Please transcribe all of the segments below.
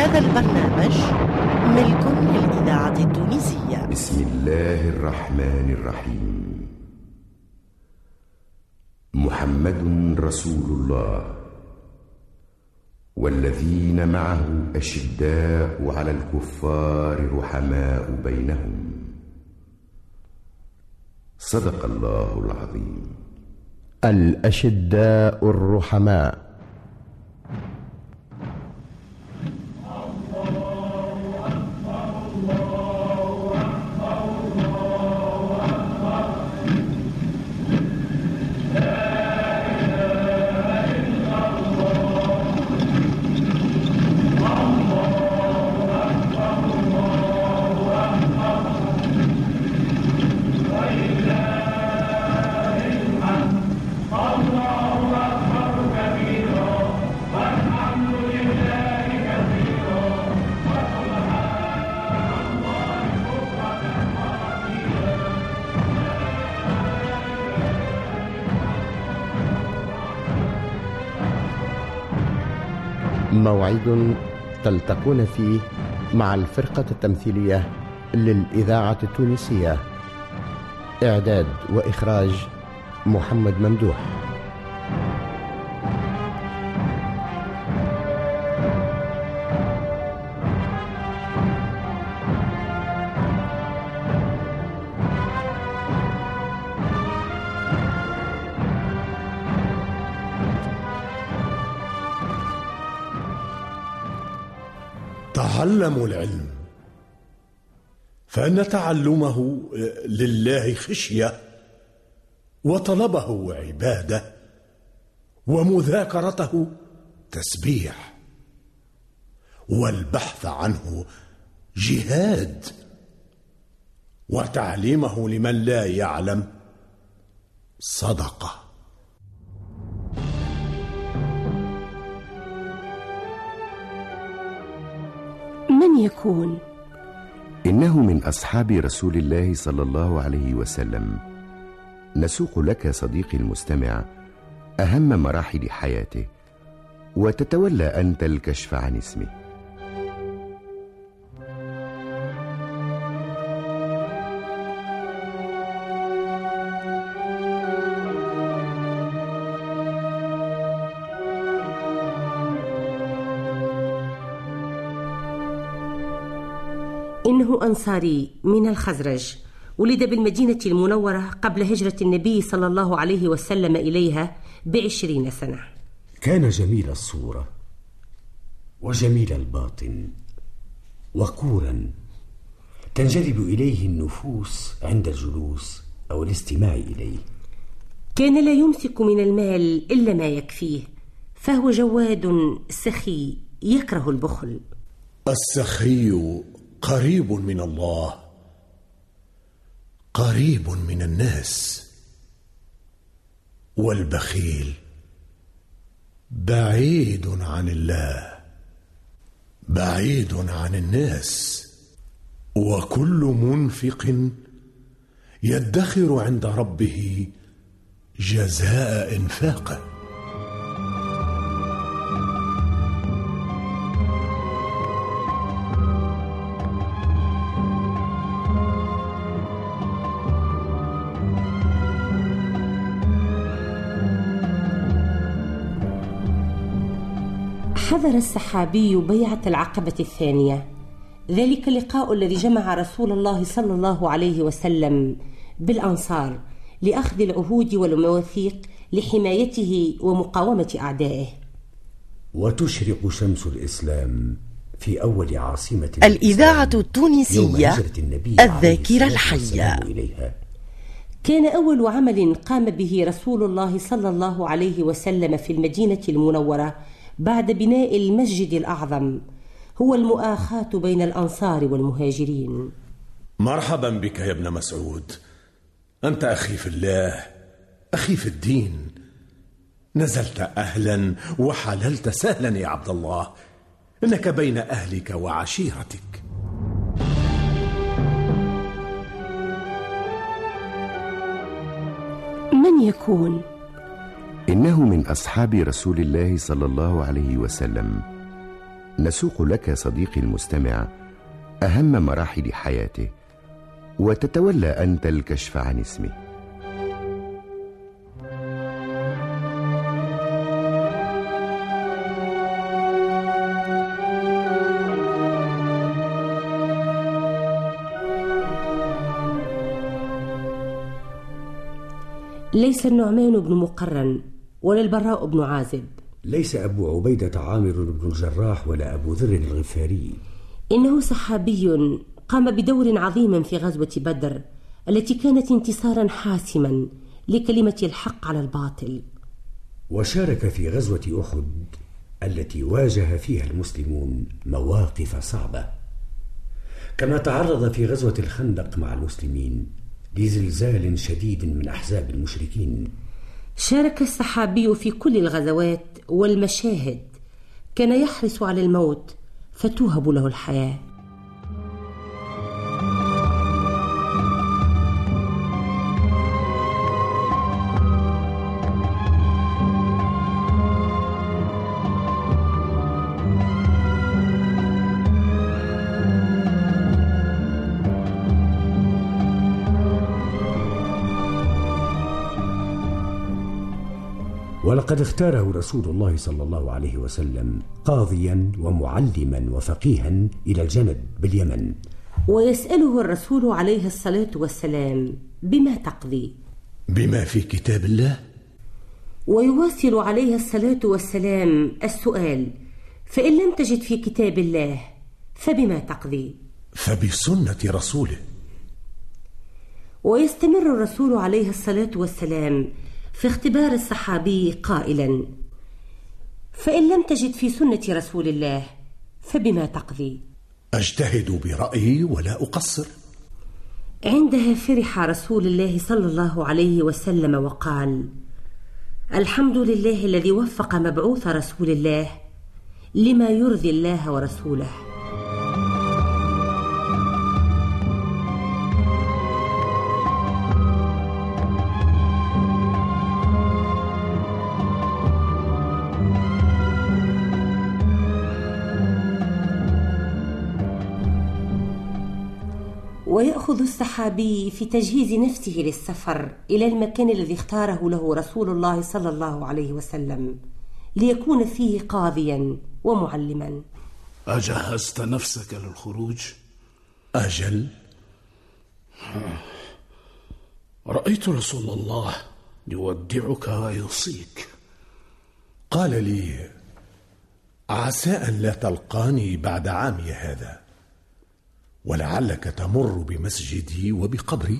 هذا البرنامج ملك للإذاعة التونسية. بسم الله الرحمن الرحيم. محمد رسول الله والذين معه أشداء على الكفار رحماء بينهم. صدق الله العظيم. الأشداء الرحماء. موعد تلتقون فيه مع الفرقة التمثيلية للإذاعة التونسية. إعداد وإخراج محمد ممدوح. تعلموا العلم، فإن تعلمه لله خشية، وطلبه عبادة، ومذاكرته تسبيح، والبحث عنه جهاد، وتعليمه لمن لا يعلم صدقة. من يكون؟ إنه من أصحاب رسول الله صلى الله عليه وسلم. نسوق لك صديقي المستمع أهم مراحل حياته، وتتولى أنت الكشف عن اسمه. إنه أنصاري من الخزرج، ولد بالمدينة المنورة قبل هجرة النبي صلى الله عليه وسلم إليها ب20 سنة. كان جميل الصورة وجميل الباطن، وقورا تنجذب إليه النفوس عند الجلوس أو الاستماع إليه. كان لا يمسك من المال إلا ما يكفيه، فهو جواد سخي يكره البخل. السخي قريب من الله، قريب من الناس، والبخيل بعيد عن الله، بعيد عن الناس. وكل منفق يدخر عند ربه جزاء إنفاقه. حضر الصحابي بيعة العقبة الثانية، ذلك اللقاء الذي جمع رسول الله صلى الله عليه وسلم بالأنصار لأخذ العهود والمواثيق لحمايته ومقاومة أعدائه. وتشرق شمس الإسلام في أول عاصمة الإذاعة التونسية، الذاكرة الحية. كان أول عمل قام به رسول الله صلى الله عليه وسلم في المدينة المنورة بعد بناء المسجد الأعظم هو المؤاخاة بين الأنصار والمهاجرين. مرحبا بك يا ابن مسعود، أنت أخي في الله، أخي في الدين. نزلت أهلا وحللت سهلا يا عبد الله، إنك بين أهلك وعشيرتك. من يكون؟ إنه من أصحاب رسول الله صلى الله عليه وسلم. نسوق لك صديقي المستمع أهم مراحل حياته، وتتولى أنت الكشف عن اسمه. ليس النعمان بن مقرن ولا البراء بن عازب، ليس أبو عبيدة عامر بن الجراح ولا أبو ذر الغفاري، إنه صحابي قام بدور عظيم في غزوة بدر التي كانت انتصارا حاسما لكلمة الحق على الباطل، وشارك في غزوة أحد التي واجه فيها المسلمون مواقف صعبة، كما تعرض في غزوة الخندق مع المسلمين لزلزال شديد من أحزاب المشركين. شارك الصحابي في كل الغزوات والمشاهد، كان يحرص على الموت فتوهب له الحياة. ولقد اختاره رسول الله صلى الله عليه وسلم قاضيا ومعلما وفقيها إلى الجند باليمن، ويسأله الرسول عليه الصلاة والسلام: بما تقضي؟ بما في كتاب الله. ويواصل عليه الصلاة والسلام السؤال: فإن لم تجد في كتاب الله فبما تقضي؟ فبسنة رسوله. ويستمر الرسول عليه الصلاة والسلام في اختبار الصحابي قائلا: فإن لم تجد في سنة رسول الله فبما تقضي؟ أجتهد برأيي ولا أقصر. عندها فرح رسول الله صلى الله عليه وسلم وقال: الحمد لله الذي وفق مبعوث رسول الله لما يرضي الله ورسوله. ويأخذ الصحابي في تجهيز نفسه للسفر إلى المكان الذي اختاره له رسول الله صلى الله عليه وسلم ليكون فيه قاضيا ومعلما. أجهزت نفسك للخروج؟ أجل. رأيت رسول الله يودعك ويوصيك. قال لي: عسى أن لا تلقاني بعد عامي هذا، ولعلك تمر بمسجدي وبقبري.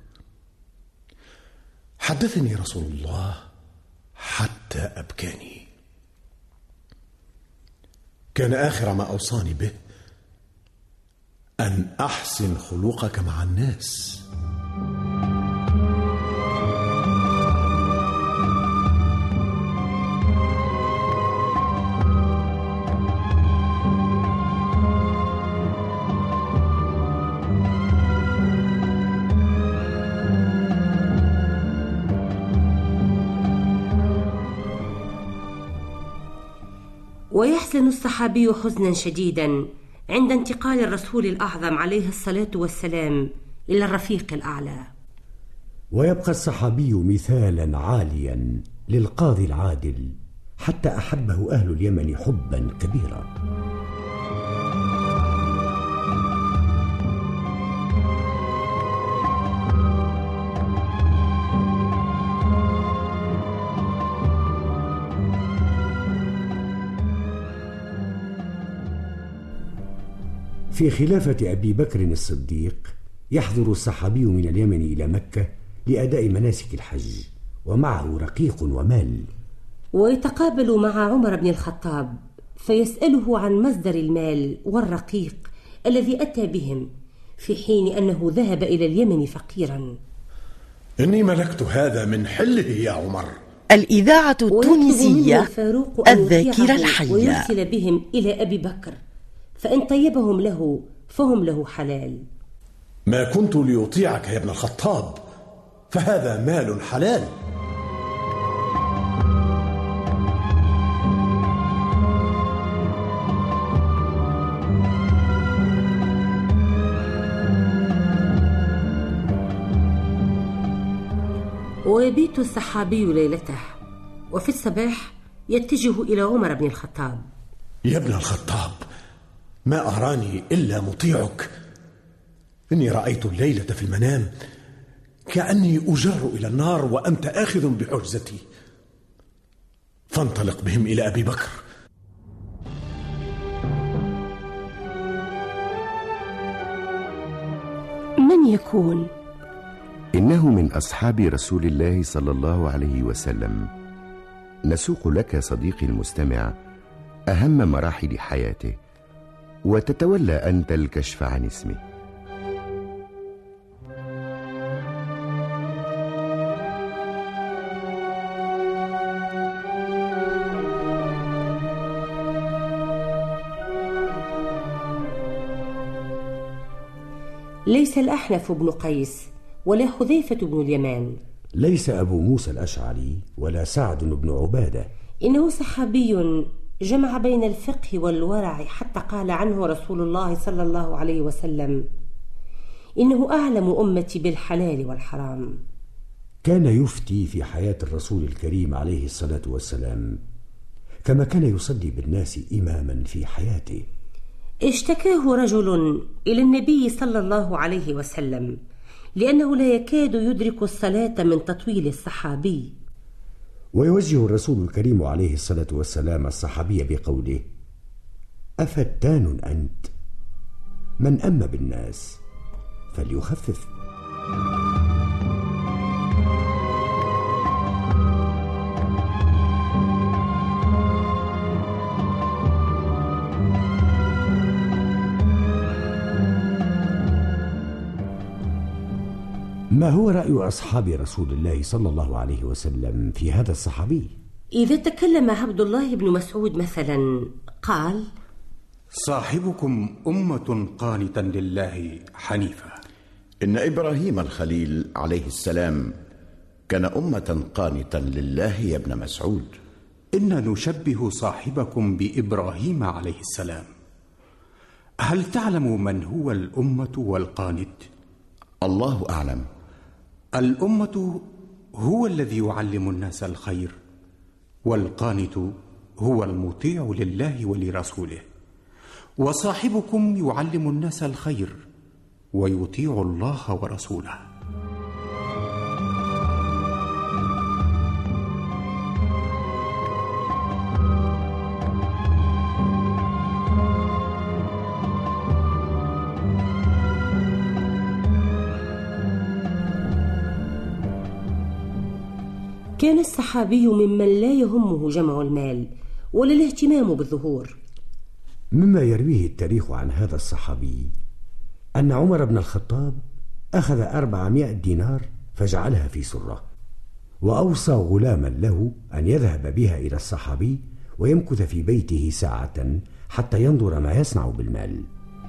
حدثني رسول الله حتى أبكاني. كان آخر ما أوصاني به أن أحسن خلقك مع الناس. ويحزن الصحابي حزنا شديدا عند انتقال الرسول الأعظم عليه الصلاة والسلام إلى الرفيق الأعلى. ويبقى الصحابي مثالا عاليا للقاضي العادل حتى أحبه أهل اليمن حبا كبيرا. في خلافة أبي بكر الصديق يحضر الصحابي من اليمن إلى مكة لأداء مناسك الحج، ومعه رقيق ومال، ويتقابل مع عمر بن الخطاب فيسأله عن مصدر المال والرقيق الذي أتى بهم في حين أنه ذهب إلى اليمن فقيرا. إني ملكت هذا من حله يا عمر. الإذاعة التونسية الذاكرة الحية، ويرسل بهم إلى أبي بكر، فإن طيبهم له فهم له حلال. ما كنت ليطيعك يا ابن الخطاب، فهذا مال حلال. ويبيت الصحابي ليلته، وفي الصباح يتجه إلى عمر بن الخطاب. يا ابن الخطاب، ما أراني إلا مطيعك. إني رأيت الليلة في المنام كأني أجر إلى النار وأنت آخذ بحجزتي، فانطلق بهم إلى أبي بكر. من يكون؟ إنه من أصحاب رسول الله صلى الله عليه وسلم. نسوق لك صديقي المستمع أهم مراحل حياته، وتتولى أنت الكشف عن اسمه. ليس الأحنف بن قيس ولا حذيفة بن اليمان، ليس أبو موسى الأشعري ولا سعد بن عبادة. إنه صحابي جمع بين الفقه والورع، حتى قال عنه رسول الله صلى الله عليه وسلم: إنه أعلم أمتي بالحلال والحرام. كان يفتي في حياة الرسول الكريم عليه الصلاة والسلام، كما كان يصلي بالناس إماما في حياته. اشتكاه رجل إلى النبي صلى الله عليه وسلم لأنه لا يكاد يدرك الصلاة من تطويل الصحابي، ويوجه الرسول الكريم عليه الصلاة والسلام الصحابي بقوله: أفتان أنت؟ من أما بالناس فليخفف. ما هو رأي أصحاب رسول الله صلى الله عليه وسلم في هذا الصحابي؟ إذا تكلم عبد الله بن مسعود مثلا قال: صاحبكم أمة قانتا لله حنيفة. إن إبراهيم الخليل عليه السلام كان أمة قانتا لله يا ابن مسعود. إن نشبه صاحبكم بإبراهيم عليه السلام. هل تعلم من هو الأمة والقانت؟ الله أعلم. الأمة هو الذي يعلم الناس الخير، والقانت هو المطيع لله ولرسوله، وصاحبكم يعلم الناس الخير ويطيع الله ورسوله. كان الصحابي ممن لا يهمه جمع المال ولا الاهتمام بالظهور. مما يرويه التاريخ عن هذا الصحابي أن عمر بن الخطاب أخذ 400 دينار فجعلها في سرة، وأوصى غلاما له أن يذهب بها إلى الصحابي ويمكث في بيته ساعة حتى ينظر ما يصنع بالمال.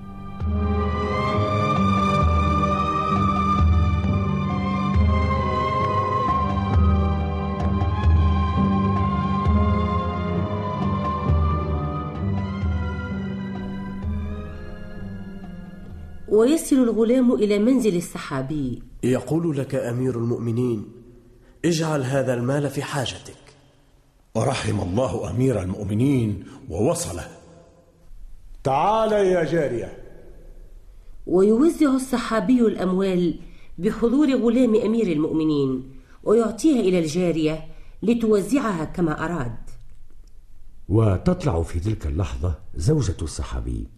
ويصل الغلام إلى منزل الصحابي. يقول لك أمير المؤمنين: اجعل هذا المال في حاجتك. ورحم الله أمير المؤمنين ووصله. تعال يا جارية. ويوزع الصحابي الأموال بحضور غلام أمير المؤمنين، ويعطيها إلى الجارية لتوزعها كما أراد. وتطلع في تلك اللحظة زوجة الصحابي: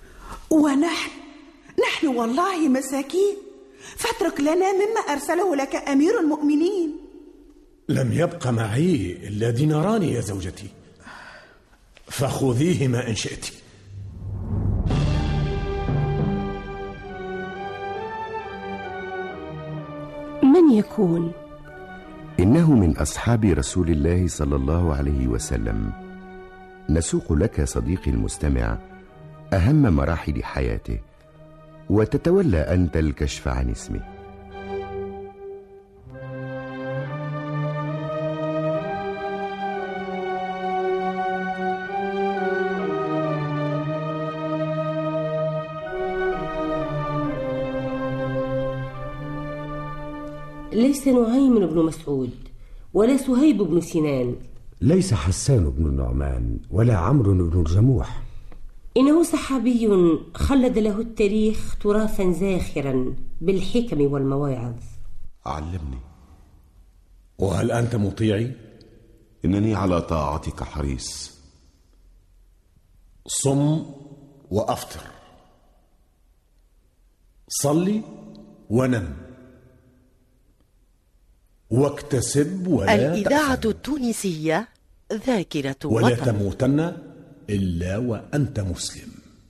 نحن والله مساكين، فاترك لنا مما أرسله لك أمير المؤمنين. لم يبق معي إلا ديناران يا زوجتي، فخذيهما إن شئت. من يكون؟ إنه من أصحاب رسول الله صلى الله عليه وسلم. نسوق لك صديقي المستمع أهم مراحل حياته، وتتولى أنت الكشف عن اسمه. ليس نعيم بن مسعود ولا سهيب بن سنان، ليس حسان بن النعمان ولا عمرو بن الجموح. إنه صحابي خلد له التاريخ تراثا زاخرا بالحكم والمواعظ. علمني. وهل أنت مطيعي؟ إنني على طاعتك حريص. صم وأفطر، صلي ونم، واكتسب ولا الإذاعة التونسية ذاكرة ولا وطن. تموتن إلا وأنت مسلم،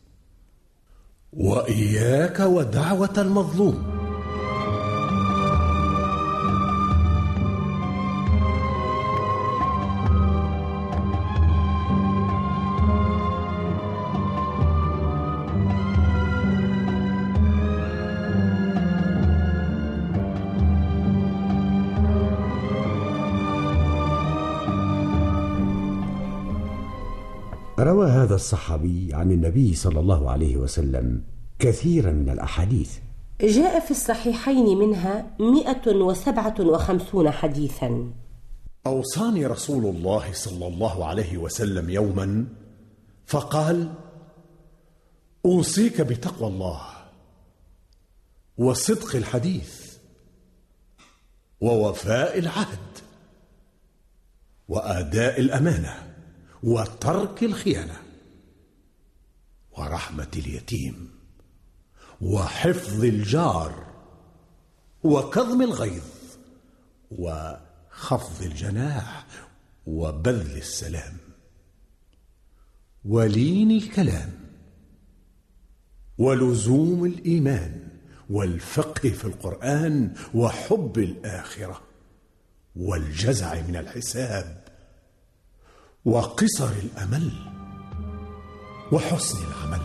وإياك ودعوة المظلوم. روى هذا الصحابي عن النبي صلى الله عليه وسلم كثيرا من الأحاديث، جاء في الصحيحين منها 157 حديثا. أوصاني رسول الله صلى الله عليه وسلم يوما فقال: أوصيك بتقوى الله وصدق الحديث ووفاء العهد وأداء الأمانة وترك الخيانة ورحمة اليتيم وحفظ الجار وكظم الغيظ وخفض الجناح وبذل السلام ولين الكلام ولزوم الإيمان والفقه في القرآن وحب الآخرة والجزع من الحساب وقصر الأمل وحسن العمل.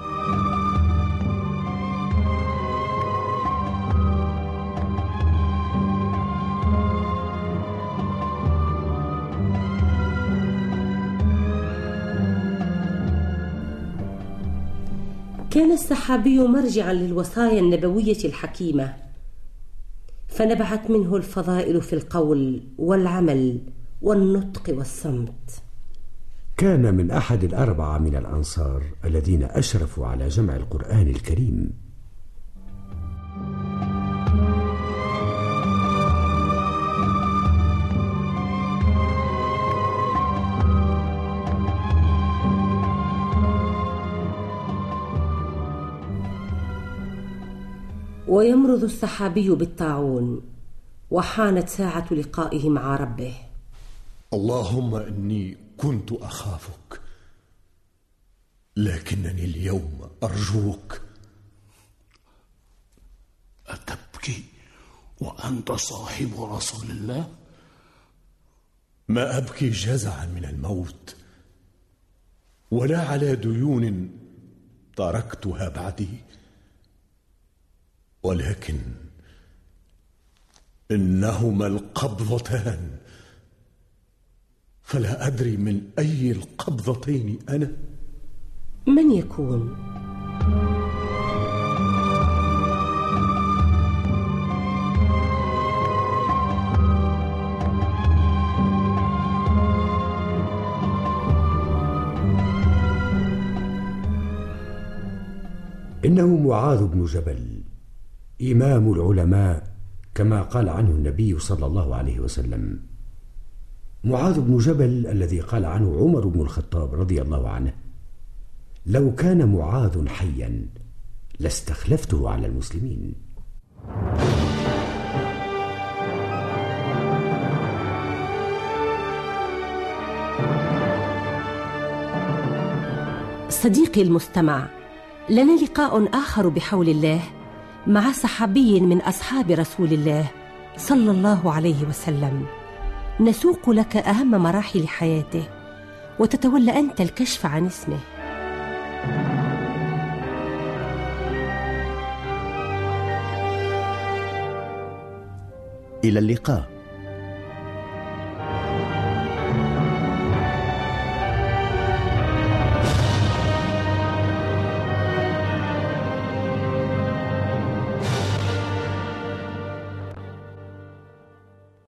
كان الصحابي مرجعا للوصايا النبوية الحكيمة، فنبعت منه الفضائل في القول والعمل والنطق والصمت. كان من أحد الأربعة من الأنصار الذين أشرفوا على جمع القرآن الكريم. ويمرض الصحابي بالطاعون، وحانت ساعة لقائه مع ربه. اللهم إني كنت أخافك، لكنني اليوم أرجوك. أتبكي وأنت صاحب رسول الله؟ ما أبكي جزعا من الموت ولا على ديون تركتها بعدي، ولكن إنهما القبضتان، فلا أدري من أي القبضتين أنا. من يكون؟ إنه معاذ بن جبل، إمام العلماء كما قال عنه النبي صلى الله عليه وسلم. معاذ بن جبل الذي قال عنه عمر بن الخطاب رضي الله عنه: لو كان معاذ حيا لاستخلفته على المسلمين. صديقي المستمع، لنا لقاء آخر بحول الله مع صحابي من أصحاب رسول الله صلى الله عليه وسلم، نسوق لك أهم مراحل حياته وتتولى أنت الكشف عن اسمه. إلى اللقاء.